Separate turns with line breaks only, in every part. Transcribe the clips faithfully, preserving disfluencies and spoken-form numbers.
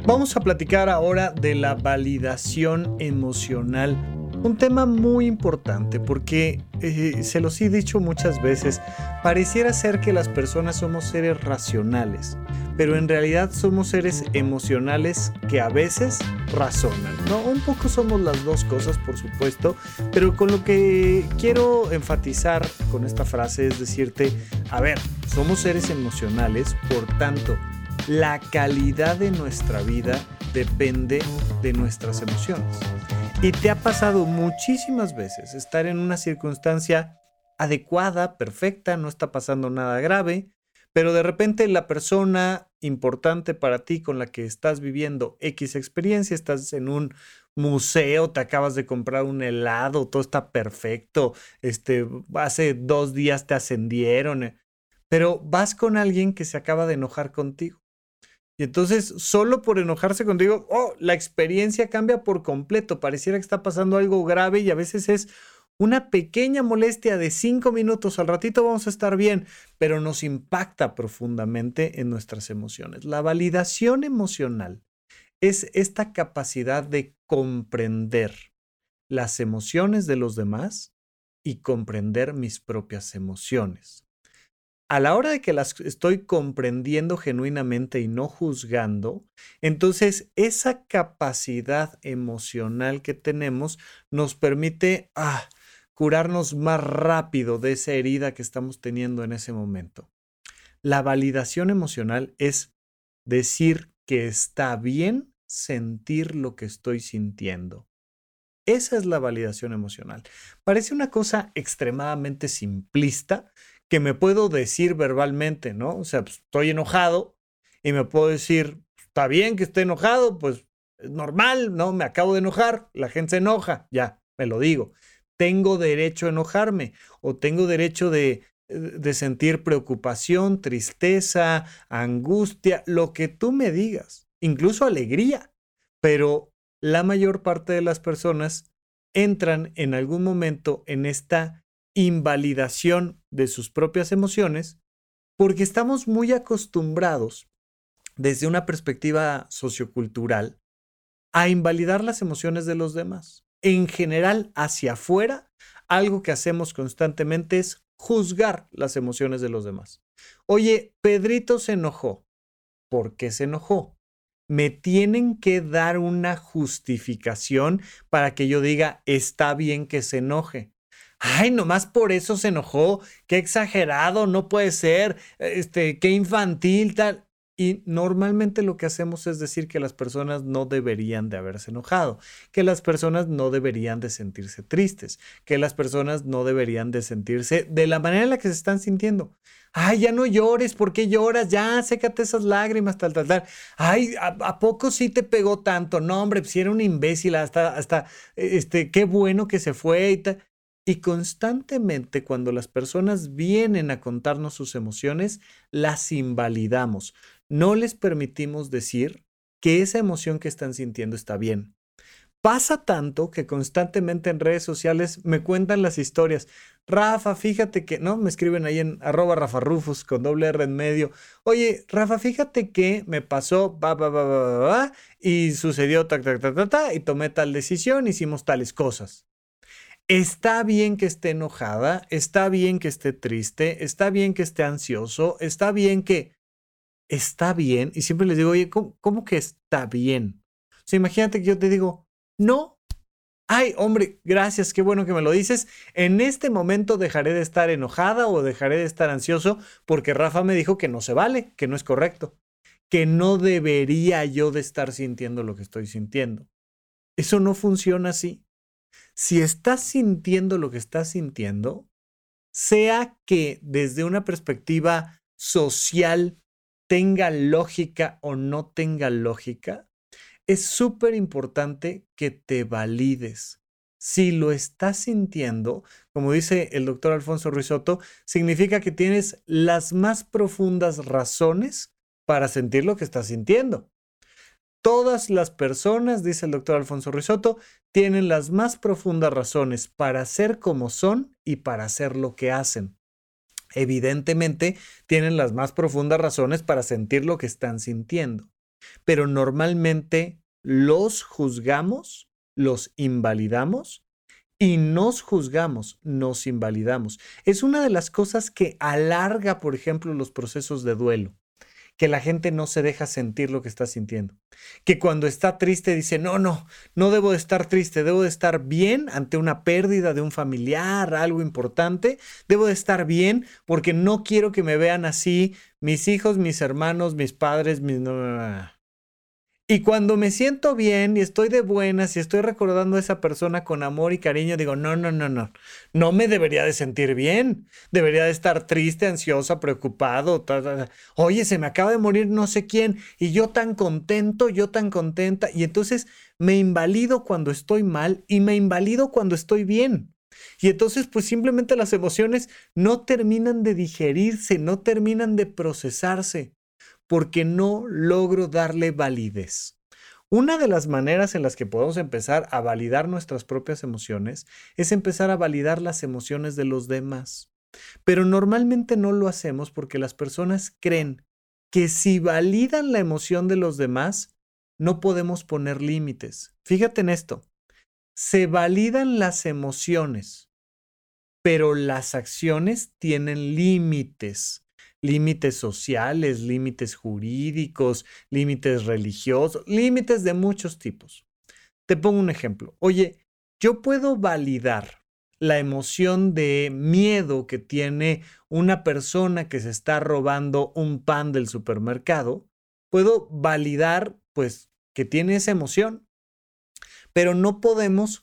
Vamos a platicar ahora de la validación emocional. Un tema muy importante porque, eh, se los he dicho muchas veces, pareciera ser que las personas somos seres racionales, pero en realidad somos seres emocionales que a veces razonan, ¿no? Un poco somos las dos cosas, por supuesto, pero con lo que quiero enfatizar con esta frase es decirte, a ver, somos seres emocionales, por tanto, la calidad de nuestra vida depende de nuestras emociones. Y te ha pasado muchísimas veces estar en una circunstancia adecuada, perfecta, no está pasando nada grave, pero de repente la persona importante para ti con la que estás viviendo X experiencia, estás en un museo, te acabas de comprar un helado, todo está perfecto, este, hace dos días te ascendieron, eh, pero vas con alguien que se acaba de enojar contigo. Y entonces, solo por enojarse contigo, oh, la experiencia cambia por completo. Pareciera que está pasando algo grave y a veces es una pequeña molestia de cinco minutos. Al ratito vamos a estar bien, pero nos impacta profundamente en nuestras emociones. La validación emocional es esta capacidad de comprender las emociones de los demás y comprender mis propias emociones. A la hora de que las estoy comprendiendo genuinamente y no juzgando, entonces esa capacidad emocional que tenemos nos permite ah, curarnos más rápido de esa herida que estamos teniendo en ese momento. La validación emocional es decir que está bien sentir lo que estoy sintiendo. Esa es la validación emocional. Parece una cosa extremadamente simplista que me puedo decir verbalmente, ¿no? O sea, pues, estoy enojado y me puedo decir, está bien que esté enojado, pues es normal, ¿no? Me acabo de enojar, la gente se enoja, ya, me lo digo. Tengo derecho a enojarme o tengo derecho de, de sentir preocupación, tristeza, angustia, lo que tú me digas, incluso alegría, pero la mayor parte de las personas entran en algún momento en esta invalidación de sus propias emociones porque estamos muy acostumbrados desde una perspectiva sociocultural a invalidar las emociones de los demás. En general, hacia afuera, algo que hacemos constantemente es juzgar las emociones de los demás. Oye, Pedrito se enojó. ¿Por qué se enojó? Me tienen que dar una justificación para que yo diga, está bien que se enoje. Ay, nomás por eso se enojó, qué exagerado, no puede ser, este, qué infantil, tal. Y normalmente lo que hacemos es decir que las personas no deberían de haberse enojado, que las personas no deberían de sentirse tristes, que las personas no deberían de sentirse de la manera en la que se están sintiendo. Ay, ya no llores, ¿por qué lloras? Ya, sécate esas lágrimas, tal, tal, tal. Ay, ¿a, a poco sí te pegó tanto? No, hombre, si era un imbécil, hasta, hasta, este, qué bueno que se fue y tal. Y constantemente cuando las personas vienen a contarnos sus emociones, las invalidamos. No les permitimos decir que esa emoción que están sintiendo está bien. Pasa tanto que constantemente en redes sociales me cuentan las historias. Rafa, fíjate que, ¿no? Me escriben ahí en arroba Rafa Rufus con doble R en medio. Oye, Rafa, fíjate que me pasó, va, va, va, va, va, va, y sucedió, ta, ta, ta, ta, ta, y tomé tal decisión, hicimos tales cosas. Está bien que esté enojada, está bien que esté triste, está bien que esté ansioso, está bien que... Está bien. Y siempre les digo, oye, ¿cómo, cómo que está bien? O sea, imagínate que yo te digo, no. Ay, hombre, gracias, qué bueno que me lo dices. En este momento dejaré de estar enojada o dejaré de estar ansioso porque Rafa me dijo que no se vale, que no es correcto, que no debería yo de estar sintiendo lo que estoy sintiendo. Eso no funciona así. Si estás sintiendo lo que estás sintiendo, sea que desde una perspectiva social tenga lógica o no tenga lógica, es súper importante que te valides. Si lo estás sintiendo, como dice el doctor Alfonso Ruiz Soto, significa que tienes las más profundas razones para sentir lo que estás sintiendo. Todas las personas, dice el doctor Alfonso Ruiz Soto, tienen las más profundas razones para ser como son y para hacer lo que hacen. Evidentemente, tienen las más profundas razones para sentir lo que están sintiendo. pero normalmente los juzgamos, los invalidamos y nos juzgamos, nos invalidamos. Es una de las cosas que alarga, por ejemplo, los procesos de duelo, que la gente no se deja sentir lo que está sintiendo. Que cuando está triste dice, no, no, no debo de estar triste, debo de estar bien ante una pérdida de un familiar, algo importante. Debo de estar bien porque no quiero que me vean así mis hijos, mis hermanos, mis padres, mis... Y cuando me siento bien y estoy de buenas y estoy recordando a esa persona con amor y cariño, digo, no, no, no, no, no me debería de sentir bien. Debería de estar triste, ansiosa, preocupado. Ta, ta, ta. Oye, se me acaba de morir no sé quién y yo tan contento, yo tan contenta. Y entonces me invalido cuando estoy mal y me invalido cuando estoy bien. Y entonces pues simplemente las emociones no terminan de digerirse, no terminan de procesarse, porque no logro darle validez. Una de las maneras en las que podemos empezar a validar nuestras propias emociones es empezar a validar las emociones de los demás. Pero normalmente no lo hacemos porque las personas creen que si validan la emoción de los demás, no podemos poner límites. Fíjate en esto. Se validan las emociones, pero las acciones tienen límites. Límites sociales, límites jurídicos, límites religiosos, límites de muchos tipos. Te pongo un ejemplo. Oye, yo puedo validar la emoción de miedo que tiene una persona que se está robando un pan del supermercado. Puedo validar, pues, que tiene esa emoción, pero no podemos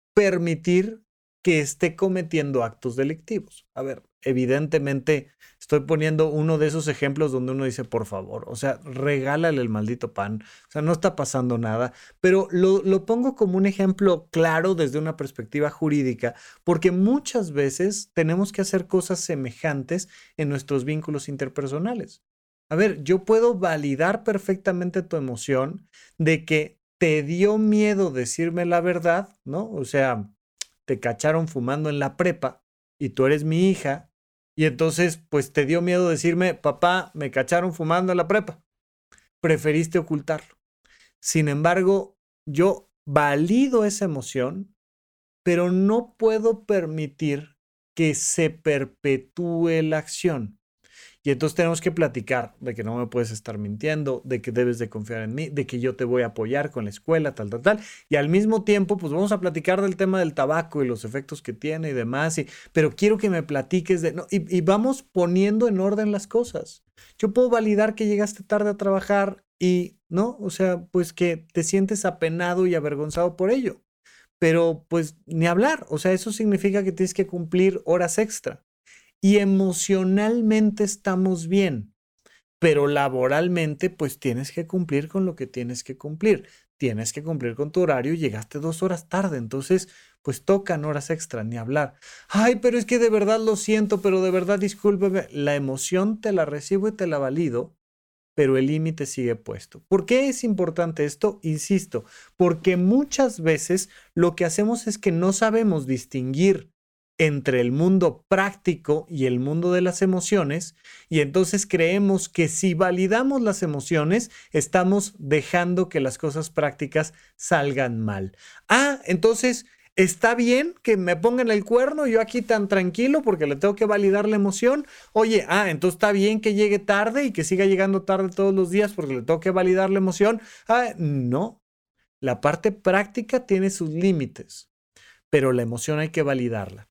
permitir que esté cometiendo actos delictivos. A ver, evidentemente estoy poniendo uno de esos ejemplos donde uno dice, por favor, o sea, regálale el maldito pan, o sea, no está pasando nada, pero lo, lo pongo como un ejemplo claro desde una perspectiva jurídica, porque muchas veces tenemos que hacer cosas semejantes en nuestros vínculos interpersonales. A ver, yo puedo validar perfectamente tu emoción de que te dio miedo decirme la verdad, ¿no? O sea, te cacharon fumando en la prepa y tú eres mi hija y entonces pues te dio miedo decirme, papá, me cacharon fumando en la prepa. Preferiste ocultarlo. Sin embargo, yo valido esa emoción, pero no puedo permitir que se perpetúe la acción. Y entonces tenemos que platicar de que no me puedes estar mintiendo, de que debes de confiar en mí, de que yo te voy a apoyar con la escuela, tal, tal, tal. Y al mismo tiempo, pues vamos a platicar del tema del tabaco y los efectos que tiene y demás. Y, pero quiero que me platiques de... No, y, y vamos poniendo en orden las cosas. Yo puedo validar que llegaste tarde a trabajar y, ¿no? O sea, pues que te sientes apenado y avergonzado por ello. Pero pues ni hablar. O sea, eso significa que tienes que cumplir horas extra. Y emocionalmente estamos bien, pero laboralmente pues tienes que cumplir con lo que tienes que cumplir. Tienes que cumplir con tu horario y llegaste dos horas tarde, entonces pues tocan horas extra, ni hablar. Ay, pero es que de verdad lo siento, pero de verdad discúlpeme. La emoción te la recibo y te la valido, pero el límite sigue puesto. ¿Por qué es importante esto? Insisto, porque muchas veces lo que hacemos es que no sabemos distinguir entre el mundo práctico y el mundo de las emociones, y entonces creemos que si validamos las emociones, estamos dejando que las cosas prácticas salgan mal. Ah, entonces está bien que me pongan el cuerno, yo aquí tan tranquilo porque le tengo que validar la emoción. Oye, ah, entonces está bien que llegue tarde y que siga llegando tarde todos los días porque le tengo que validar la emoción. Ah, no, la parte práctica tiene sus límites, pero la emoción hay que validarla.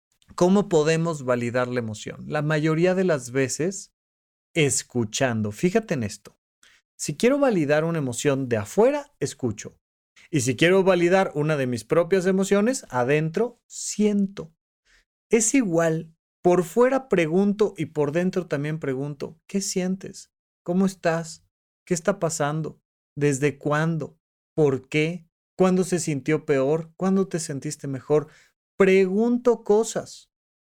¿Cómo podemos validar la emoción? La mayoría de las veces escuchando. Fíjate en esto. Si quiero validar una emoción de afuera, escucho. Y si quiero validar una de mis propias emociones, adentro, siento. Es igual. Por fuera pregunto y por dentro también pregunto, ¿qué sientes? ¿Cómo estás? ¿Qué está pasando? ¿Desde cuándo? ¿Por qué? ¿Cuándo se sintió peor? ¿Cuándo te sentiste mejor? Pregunto cosas.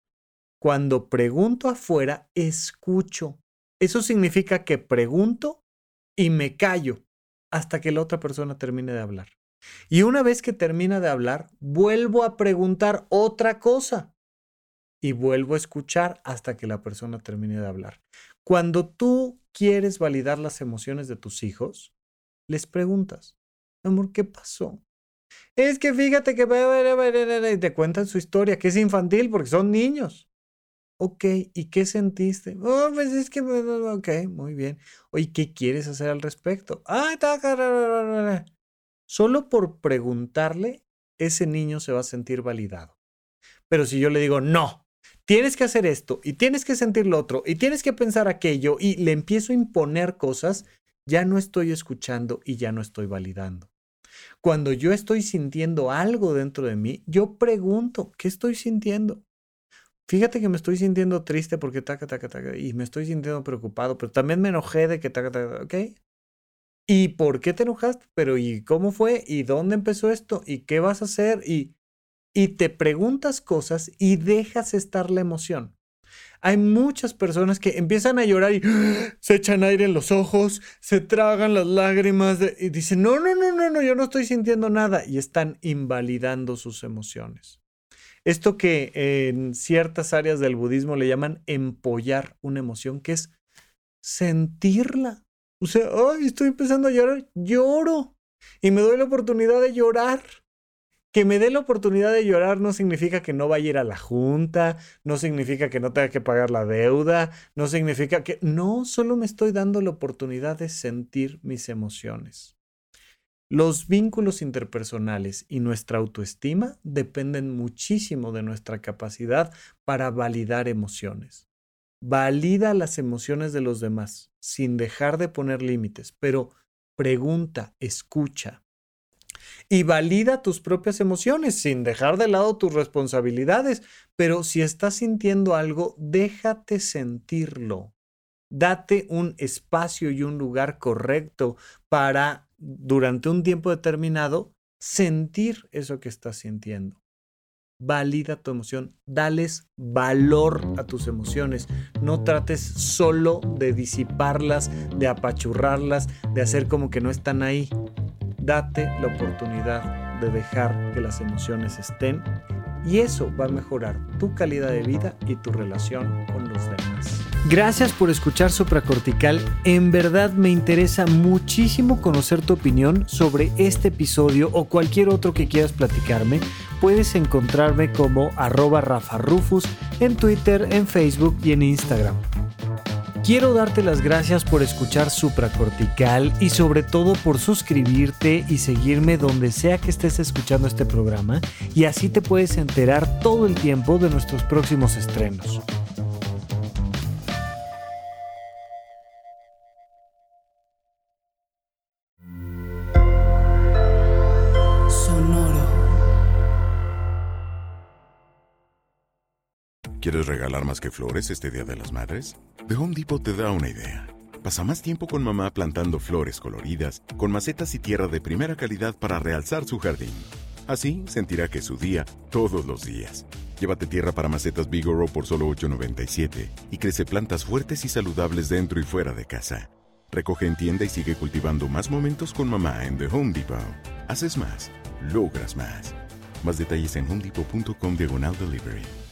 Cuando pregunto afuera, escucho. Eso significa que pregunto y me callo hasta que la otra persona termine de hablar. Y una vez que termina de hablar, vuelvo a preguntar otra cosa y vuelvo a escuchar hasta que la persona termine de hablar. Cuando tú quieres validar las emociones de tus hijos, Les preguntas, amor, ¿qué pasó? Es que fíjate que... Y te cuentan su historia, que es infantil porque son niños. Ok, ¿y qué sentiste? Oh, pues es que... Ok, muy bien. Oye, ¿qué quieres hacer al respecto? Ay, ta... Solo por preguntarle, ese niño se va a sentir validado. Pero si yo le digo, no, tienes que hacer esto, y tienes que sentir lo otro, y tienes que pensar aquello, y le empiezo a imponer cosas, ya no estoy escuchando y ya no estoy validando. Cuando yo estoy sintiendo algo dentro de mí, yo pregunto, ¿qué estoy sintiendo? Fíjate que me estoy sintiendo triste porque taca, taca, taca, y me estoy sintiendo preocupado, pero también me enojé de que taca, taca, ¿ok? ¿Y por qué te enojaste? Pero ¿y cómo fue? ¿Y dónde empezó esto? ¿Y qué vas a hacer? Y, y te preguntas cosas y dejas estar la emoción. Hay muchas personas que empiezan a llorar y se echan aire en los ojos, se tragan las lágrimas de, y dicen, no, no, no, no, no, yo no estoy sintiendo nada. Y están invalidando sus emociones. Esto que en ciertas áreas del budismo le llaman empollar una emoción, que es sentirla. O sea, ay, estoy empezando a llorar, lloro. Y me doy la oportunidad de llorar. Que me dé la oportunidad de llorar no significa que no vaya a ir a la junta, no significa que no tenga que pagar la deuda, no significa que... No, solo me estoy dando la oportunidad de sentir mis emociones. Los vínculos interpersonales y nuestra autoestima dependen muchísimo de nuestra capacidad para validar emociones. Valida las emociones de los demás sin dejar de poner límites, pero pregunta, escucha. Y valida tus propias emociones sin dejar de lado tus responsabilidades. Pero si estás sintiendo algo, déjate sentirlo. Date un espacio y un lugar correcto para, durante un tiempo determinado, sentir eso que estás sintiendo. Valida tu emoción, dales valor a tus emociones. No trates solo de disiparlas, de apachurrarlas, de hacer como que no están ahí. Date la oportunidad de dejar que las emociones estén y eso va a mejorar tu calidad de vida y tu relación con los demás. Gracias por escuchar Supracortical. En verdad me interesa muchísimo conocer tu opinión sobre este episodio o cualquier otro que quieras platicarme. Puedes encontrarme como arroba Rafa Rufus en Twitter, en Facebook y en Instagram. Quiero darte las gracias por escuchar Supracortical y sobre todo por suscribirte y seguirme donde sea que estés escuchando este programa y así te puedes enterar todo el tiempo de nuestros próximos estrenos.
¿Quieres regalar más que flores este Día de las Madres? The Home Depot te da una idea. Pasa más tiempo con mamá plantando flores coloridas, con macetas y tierra de primera calidad para realzar su jardín. Así sentirá que es su día todos los días. Llévate tierra para macetas Bigoro por solo ocho noventa y siete y crece plantas fuertes y saludables dentro y fuera de casa. Recoge en tienda y sigue cultivando más momentos con mamá en The Home Depot. Haces más, logras más. Más detalles en homedepot punto com diagonal delivery.